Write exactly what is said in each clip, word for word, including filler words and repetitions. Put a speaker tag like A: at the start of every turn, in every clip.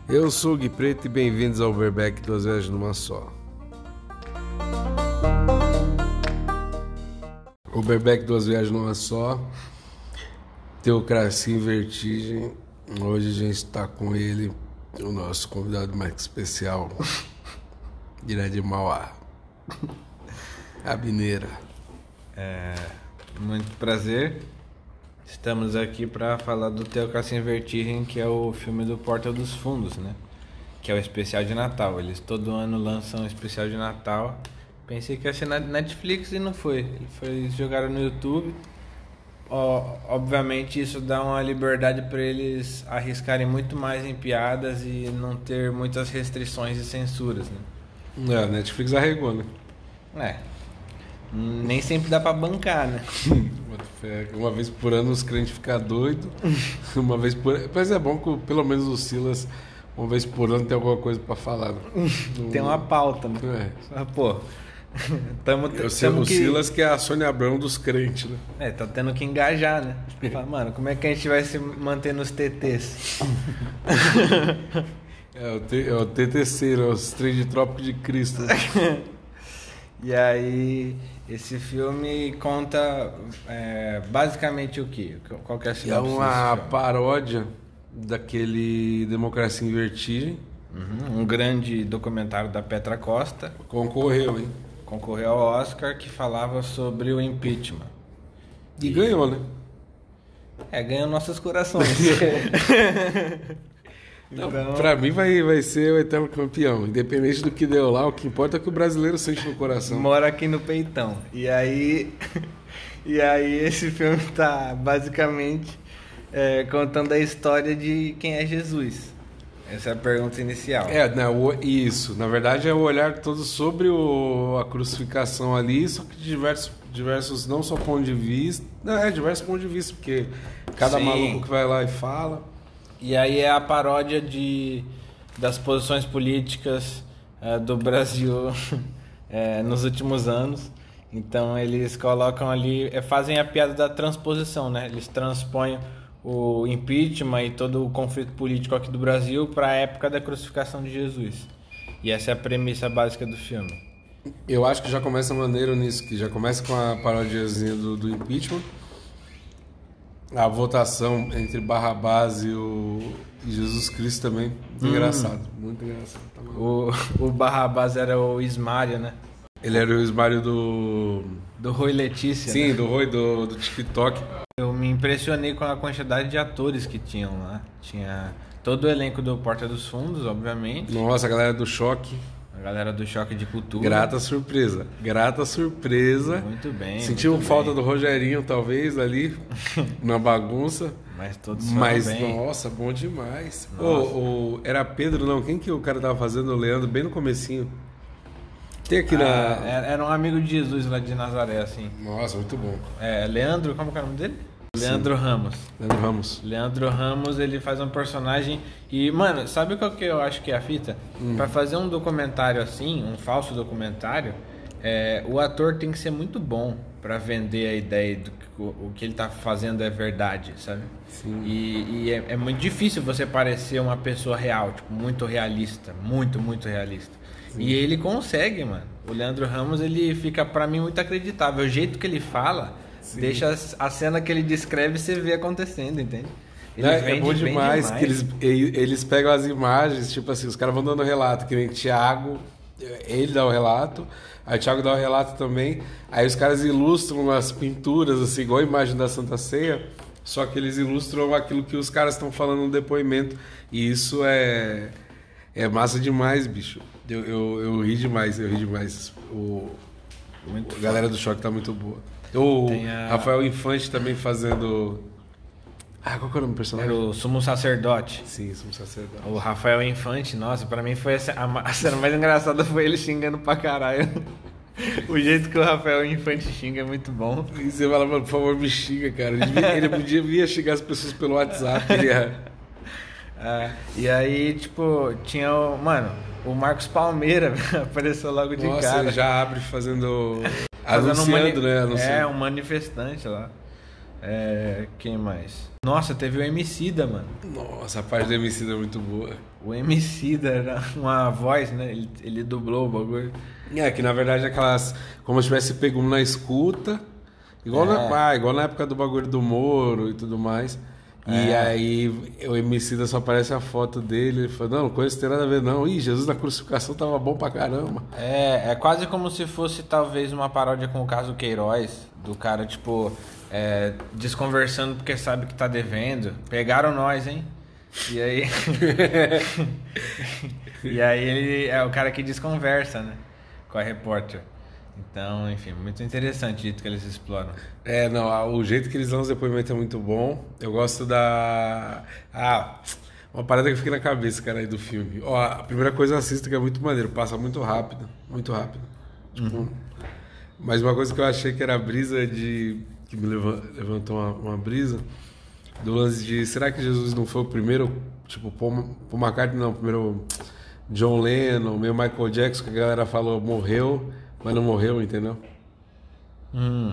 A: Eu sou o Gui Preto e bem-vindos ao Uberback Duas Viagens Numa Só. Uberback Duas Viagens Numa Só, Teocracia em Vertigem. Hoje a gente está com ele, o nosso convidado mais especial, direto de Mauá, a mineira.
B: É, muito prazer. Estamos aqui para falar do Teocracia em Vertigem, que é o filme do Porta dos Fundos, né? Que é o especial de Natal. Eles todo ano lançam um especial de Natal. Pensei que ia ser na Netflix e não foi. Eles jogaram no YouTube. Ó, obviamente isso dá uma liberdade para eles arriscarem muito mais em piadas e não ter muitas restrições e censuras, né?
A: É, a Netflix arregou, né?
B: É. Nem sempre dá pra bancar, né?
A: Uma vez por ano os crentes ficam doidos. Uma vez por Mas é bom que pelo menos o Silas, uma vez por ano, tem alguma coisa pra falar. Né?
B: Tem uma pauta, né? É. Pô, tamo,
A: Eu sei,
B: tamo
A: o
B: que...
A: Silas que é a Sônia Abrão dos crentes, né?
B: É, tá tendo que engajar, né? Fala, mano, como é que a gente vai se manter nos T Ts?
A: É o, T, é o T T C, né? Os Três de Trópico de Cristo.
B: E aí, esse filme conta é, basicamente o quê? Qual que é a sinopse?
A: É uma paródia daquele Democracia em Vertigem.
B: Uhum, um grande documentário da Petra Costa.
A: Concorreu, hein?
B: Concorreu ao Oscar, que falava sobre o impeachment.
A: E, e... ganhou, né?
B: É, ganhou nossos corações.
A: Então,
B: então...
A: Pra mim vai, vai ser o eterno campeão. Independente do que deu lá, o que importa é que o brasileiro sente no coração.
B: Mora aqui no peitão. E aí, e aí esse filme tá basicamente é, contando a história de quem é Jesus. Essa é a pergunta inicial.
A: É, né, o, isso. Na verdade é o olhar todo sobre o, a crucificação ali, só que de diversos, diversos, não só pontos de vista, não, é diversos pontos de vista, porque cada Sim. maluco que vai lá e fala...
B: E aí é a paródia de, das posições políticas é, do Brasil é, nos últimos anos. Então eles colocam ali, é, fazem a piada da transposição, né? Eles transpõem o impeachment e todo o conflito político aqui do Brasil para a época da crucificação de Jesus. E essa é a premissa básica do filme.
A: Eu acho que já começa maneiro nisso, que já começa com a parodiazinha do, do impeachment. A votação entre Barrabás e o e Jesus Cristo também. Muito hum. engraçado. Muito engraçado. Tá
B: o, o Barrabás era o Ismário, né?
A: Ele era o Ismário do...
B: Do Rui Letícia.
A: Sim,
B: né?
A: do Rui do, do TikTok.
B: Eu me impressionei com a quantidade de atores que tinham lá. Tinha todo o elenco do Porta dos Fundos, obviamente.
A: Nossa, a galera do Choque.
B: A galera do Choque de Cultura.
A: Grata surpresa. Grata surpresa.
B: Muito bem.
A: Sentiu
B: muito
A: falta
B: bem.
A: do Rogerinho, talvez, ali, na bagunça.
B: Mas todos
A: Mas,
B: bem.
A: nossa, bom demais.
B: Nossa.
A: Oh, oh, era Pedro, não. Quem que o cara tava fazendo? O Leandro, bem no comecinho. Tem aqui
B: ah,
A: na...
B: Era um amigo de Jesus lá de Nazaré, assim.
A: Nossa, muito bom.
B: É, Leandro, como que é o nome dele?
A: Sim.
B: Leandro Ramos.
A: Leandro Ramos.
B: Leandro Ramos, ele faz um personagem e, mano, sabe qual que eu acho que é a fita? Hum. Pra fazer um documentário assim, um falso documentário, é, o ator tem que ser muito bom pra vender a ideia do que o, o que ele tá fazendo é verdade, sabe?
A: Sim.
B: E, e é, é muito difícil você parecer uma pessoa real, tipo, muito realista, muito, muito realista. Sim. E ele consegue, mano. O Leandro Ramos, ele fica pra mim muito acreditável. O jeito que ele fala... Sim. Deixa a cena que ele descreve você ver acontecendo, entende? Ele
A: é, é bom demais, demais que eles, eles pegam as imagens, tipo assim, os caras vão dando relato, que nem Thiago, ele dá o relato, aí o Thiago dá o relato também, aí os caras ilustram as pinturas, assim, igual a imagem da Santa Ceia, só que eles ilustram aquilo que os caras estão falando no depoimento, e isso é, é massa demais, bicho. Eu, eu, eu ri demais, eu ri demais. O, muito a galera do Choque tá muito boa. O a... Rafael Infante também fazendo... Ah, qual que é o nome do personagem?
B: Era o Sumo Sacerdote.
A: Sim, Sumo Sacerdote.
B: O Rafael Infante, nossa, pra mim foi a, a cena mais engraçada foi ele xingando pra caralho. O jeito que o Rafael Infante xinga é muito bom.
A: E você fala, mano, por favor, me xinga, cara. Ele, devia, ele podia vir xingar as pessoas pelo WhatsApp. Ele ia...
B: ah, e aí, tipo, tinha o... Mano, o Marcos Palmeira apareceu logo de
A: nossa,
B: cara.
A: Ele já abre fazendo... Anunciando,
B: um mani...
A: né? Anunciando.
B: É, um manifestante lá. É, quem mais? Nossa, teve o Emicida, mano.
A: Nossa, a parte do Emicida é muito boa.
B: O Emicida era uma voz, né? Ele, ele dublou o bagulho.
A: É, que na verdade aquelas... Como se tivesse pego um na escuta. Igual,
B: É.
A: na, ah, igual na época do bagulho do Moro e tudo mais. E
B: É.
A: aí o Emicida só aparece a foto dele. Ele fala, não, com isso não tem nada a ver não. Ih, Jesus na crucificação tava bom pra caramba.
B: É, é quase como se fosse talvez uma paródia com o caso Queiroz, do cara, tipo, é, desconversando porque sabe que tá devendo. Pegaram nós, hein? E aí. E aí ele é o cara que desconversa, né? Com a repórter. Então, enfim, muito interessante o jeito que eles exploram.
A: É, não, a- o jeito que eles dão os depoimentos é muito bom. Eu gosto da... Ah, uma parada que fica na cabeça, cara, aí do filme. Ó, a primeira coisa assista que é muito maneiro, passa muito rápido, muito rápido. Tipo, mas uma coisa que eu achei que era a brisa de... Que me leva- levantou uma, uma brisa, do lance de... Será que Jesus não foi o primeiro, tipo, Paul, Paul McCartney não, primeiro John Lennon, meio Michael Jackson, que a galera falou morreu, mas não morreu, entendeu?
B: Hum.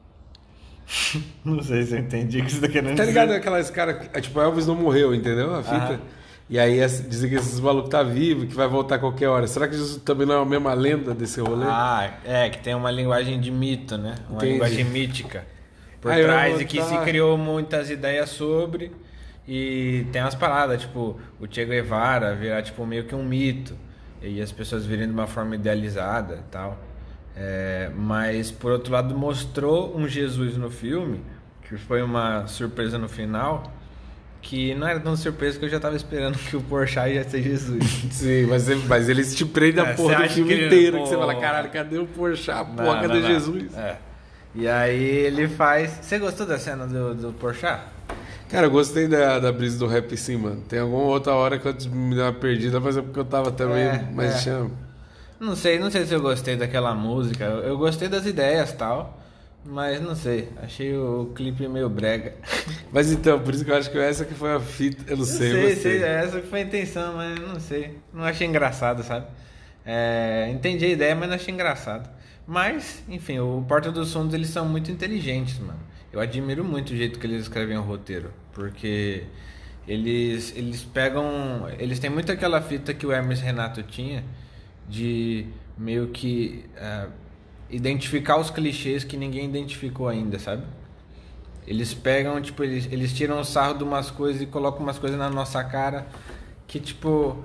B: Não sei se eu entendi o que você tá querendo
A: Tá
B: dizer.
A: ligado aquelas caras que, tipo, Elvis não morreu, entendeu? A fita.
B: Aham.
A: E aí essa- dizem que esses malucos tá vivo, que vai voltar a qualquer hora. Será que Jesus também não é a mesma lenda desse rolê?
B: Ah, é, que tem uma linguagem de mito, né? Uma
A: Entendi.
B: linguagem mítica por
A: Ah, eu
B: trás
A: vou
B: e que se
A: botar-
B: criou muitas ideias sobre. E tem umas paradas, tipo, o Che Guevara virar tipo meio que um mito. E as pessoas virem de uma forma idealizada e tal. É, mas por outro lado mostrou um Jesus no filme, que foi uma surpresa no final, que não era tão surpresa que eu já tava esperando que o Porchat ia ser Jesus.
A: Sim, mas, ele- mas eles te prendem a
B: É,
A: porra
B: você
A: do
B: acha
A: filme
B: que ele-
A: inteiro.
B: pô.
A: Que você fala, caralho, cadê o Porchat? Porra,
B: Não,
A: cadê
B: não, não.
A: Jesus?
B: É. E aí ele faz... Você gostou da cena do, do Porchat?
A: Cara, eu gostei da, da brisa do rap sim, mano. Tem alguma outra hora que eu me dei uma perdida, mas é porque eu tava também
B: É,
A: mais
B: é.
A: chama.
B: Não sei, não sei se eu gostei daquela música. Eu eu gostei das ideias e tal, mas não sei. Achei o clipe meio brega.
A: Mas então, por isso que eu acho que essa que foi a fita. Eu não
B: Não
A: sei,
B: sei,
A: eu
B: sei,
A: sei.
B: essa que foi a intenção, mas não sei. Não achei engraçado, sabe? É, entendi a ideia, mas não achei engraçado. Mas, enfim, o Porta dos Fundos, eles são muito inteligentes, mano. Eu admiro muito o jeito que eles escrevem o roteiro, porque eles, eles pegam... Eles têm muito aquela fita que o Hermes Renato tinha, de meio que é, identificar os clichês que ninguém identificou ainda, sabe? Eles pegam, tipo, eles, eles tiram o sarro de umas coisas e colocam umas coisas na nossa cara que, tipo...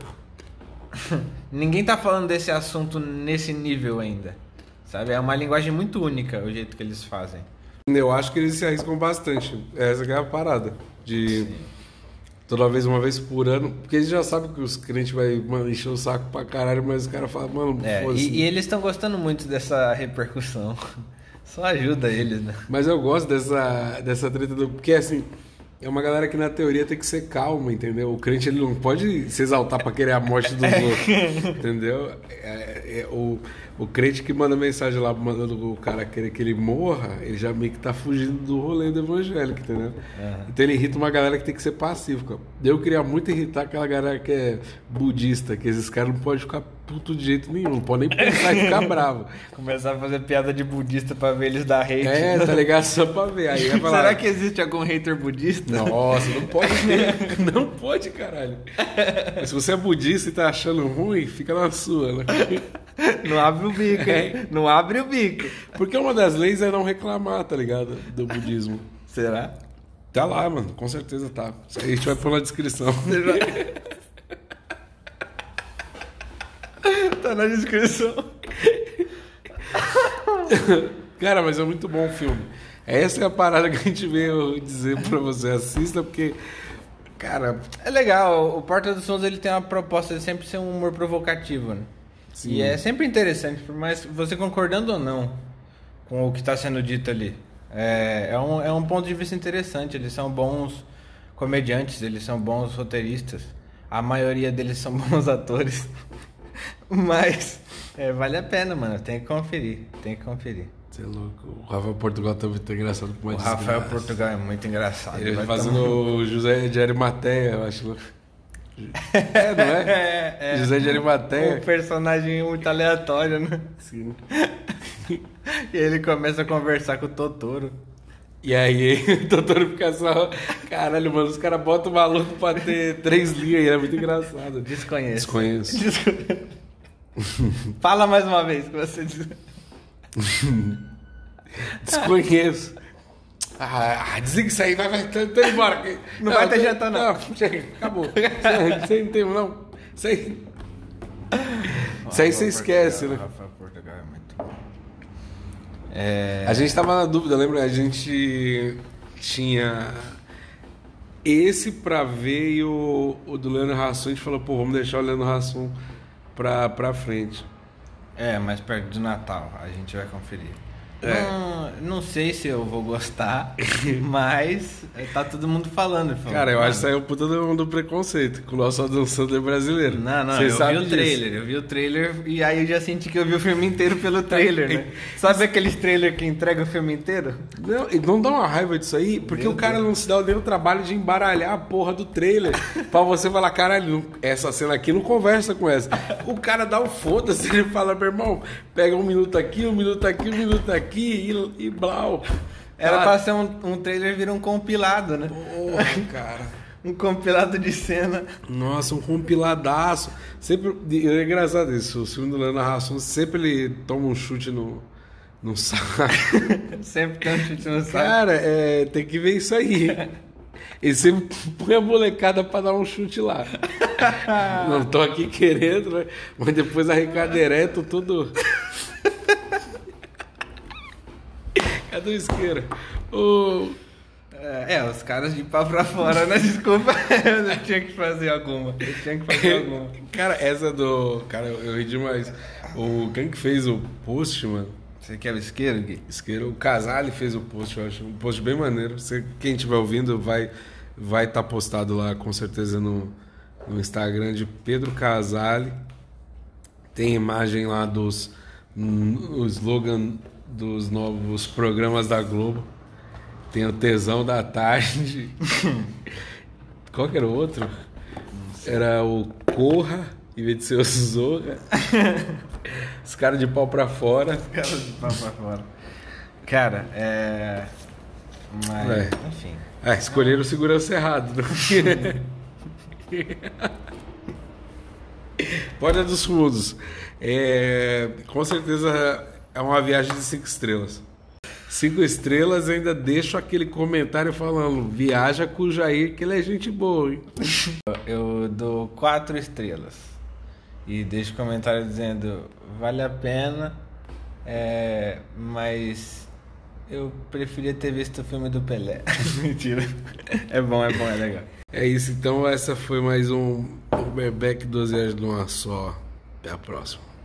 B: ninguém tá falando desse assunto nesse nível ainda, sabe? É uma linguagem muito única o jeito que eles fazem.
A: Eu acho que eles se arriscam bastante. Essa que é a parada. De toda vez, uma vez por ano. Porque eles já sabem que os crentes vão encher o saco pra caralho, mas os caras falam, mano,
B: É,
A: foda-se.
B: e, e eles estão gostando muito dessa repercussão. Só ajuda eles, né?
A: Mas eu gosto dessa, dessa treta do. Porque assim, é uma galera que na teoria tem que ser calma, entendeu? O crente ele não pode se exaltar pra querer a morte dos outros. Entendeu? É, é, o, o crente que manda mensagem lá mandando o cara querer que ele morra, ele já meio que tá fugindo do rolê do evangélico, entendeu?
B: Uhum.
A: Então ele irrita uma galera que tem que ser pacífica. Eu queria muito irritar aquela galera que é budista, que esses caras não podem ficar puto de jeito nenhum, não podem nem pensar e ficar bravo.
B: Começar a fazer piada de budista pra ver eles dar hate.
A: É, tá ligado? Só pra ver. Aí vai falar,
B: Será que existe algum hater budista?
A: nossa, não pode ter. Não pode, caralho. Mas se você é budista e tá achando ruim, fica na sua, né?
B: Não abre o bico, hein? Não abre o bico.
A: Porque uma das leis é não reclamar, tá ligado? Do budismo.
B: Será?
A: Tá lá, mano. Com certeza tá. Isso aí a gente vai pôr na descrição.
B: Tá na descrição.
A: Cara, mas é muito bom o filme. Essa é a parada que a gente veio dizer pra você. Assista, porque... Cara,
B: É legal, o Porta dos Fundos ele tem uma proposta de sempre ser um humor provocativo, né?
A: Sim.
B: E é sempre interessante, por mais você concordando ou não com o que está sendo dito ali. É, é, um, é um ponto de vista interessante, eles são bons comediantes, eles são bons roteiristas. A maioria deles são bons atores. Mas é, vale a pena, mano, tem que conferir, tem que conferir.
A: você é louco. O Rafael Portugal também tá engraçado com
B: O
A: uma
B: Rafael
A: desgraça.
B: Portugal é muito engraçado.
A: Ele
B: vai
A: fazendo
B: tomar-
A: o José de Arimateia, eu acho. É, não é?
B: É, é.
A: José de Arimateia.
B: Um personagem muito aleatório, né?
A: Sim.
B: E ele começa a conversar com o Totoro.
A: E aí o doutor fica só... Caralho, mano, os caras botam o maluco pra ter três linhas e é muito engraçado.
B: Desconheço.
A: Desconheço.
B: Desconheço. Fala mais uma vez que você diz.
A: Desconheço. Ah, desliga isso aí, vai, vai, tô, tô embora.
B: Não, não vai ter janta, não.
A: Não, chega, acabou. Isso aí não tem, não. Isso aí... Isso aí você esquece, né?
B: Rafa Portugal é muito bom. É...
A: A gente tava na dúvida, lembra? A gente tinha esse pra ver e o, o do Leandro Hassum. A gente falou, pô, vamos deixar o Leandro Hassum pra, pra frente.
B: É, mais perto do Natal, a gente vai conferir.
A: É.
B: Não, não sei se eu vou gostar, mas tá todo mundo falando. falando
A: Cara, eu
B: mano.
A: acho que saiu puta do, do preconceito com o nosso Adam Sandler brasileiro.
B: Não, não,
A: Cê
B: eu
A: sabe
B: vi o
A: disso.
B: trailer, eu vi o trailer e aí eu já senti que eu vi o filme inteiro pelo trailer, né? Sabe aqueles trailers que entregam o filme inteiro?
A: Não, e não dá uma raiva disso aí, porque
B: Meu
A: o cara
B: Deus.
A: não se dá nem o trabalho de embaralhar a porra do trailer pra você falar, caralho, não- essa cena aqui não conversa com essa. O cara dá o foda-se, ele fala, meu irmão, pega um minuto aqui, um minuto aqui, um minuto aqui e, e blau.
B: Era
A: Tá?
B: pra ser um, um trailer virar um compilado, né?
A: Porra, cara.
B: Um compilado de cena.
A: Nossa, um compiladaço. Sempre, e é engraçado isso, o filme do Leandro Hassum, sempre ele toma um chute no, no saco.
B: Sempre tem um chute no saco.
A: Cara, é, tem que ver isso aí. Ele sempre põe a molecada pra dar um chute lá. Não tô aqui querendo, né? Mas depois arrecada ereto, tudo. Cadê o isqueiro? O...
B: É, é, os caras de pau pra fora, né? Desculpa, eu tinha que fazer alguma. Eu tinha que fazer alguma.
A: Cara, essa do. Cara, eu, eu ri demais. O quem que fez o post, mano?
B: Você quer o isqueiro, Gui?
A: Isqueiro, o Casale fez o post, eu acho. Um post bem maneiro. Você, quem estiver ouvindo vai vai estar postado lá com certeza no, no Instagram de Pedro Casale. Tem imagem lá dos. O slogan dos novos programas da Globo. Tem o Tesão da Tarde. Qual que era o outro? Era o Corra, em vez de ser o Zorra. Os caras de pau pra fora.
B: Os caras de pau pra fora. Cara, é. Mas,
A: É.
B: enfim.
A: Ah, escolheram o segurança errado. Né? Porta dos Fundos. É, com certeza é uma viagem de cinco estrelas. Cinco estrelas, ainda deixo aquele comentário falando: viaja com o Jair, que ele é gente boa, hein?
B: Eu dou quatro estrelas. E deixo comentário dizendo: vale a pena, é, mas eu preferia ter visto o filme do Pelé. Mentira. É bom, é bom, é legal.
A: É isso, então essa foi mais um Uberbeck doze Viagens numa só. Até a próxima.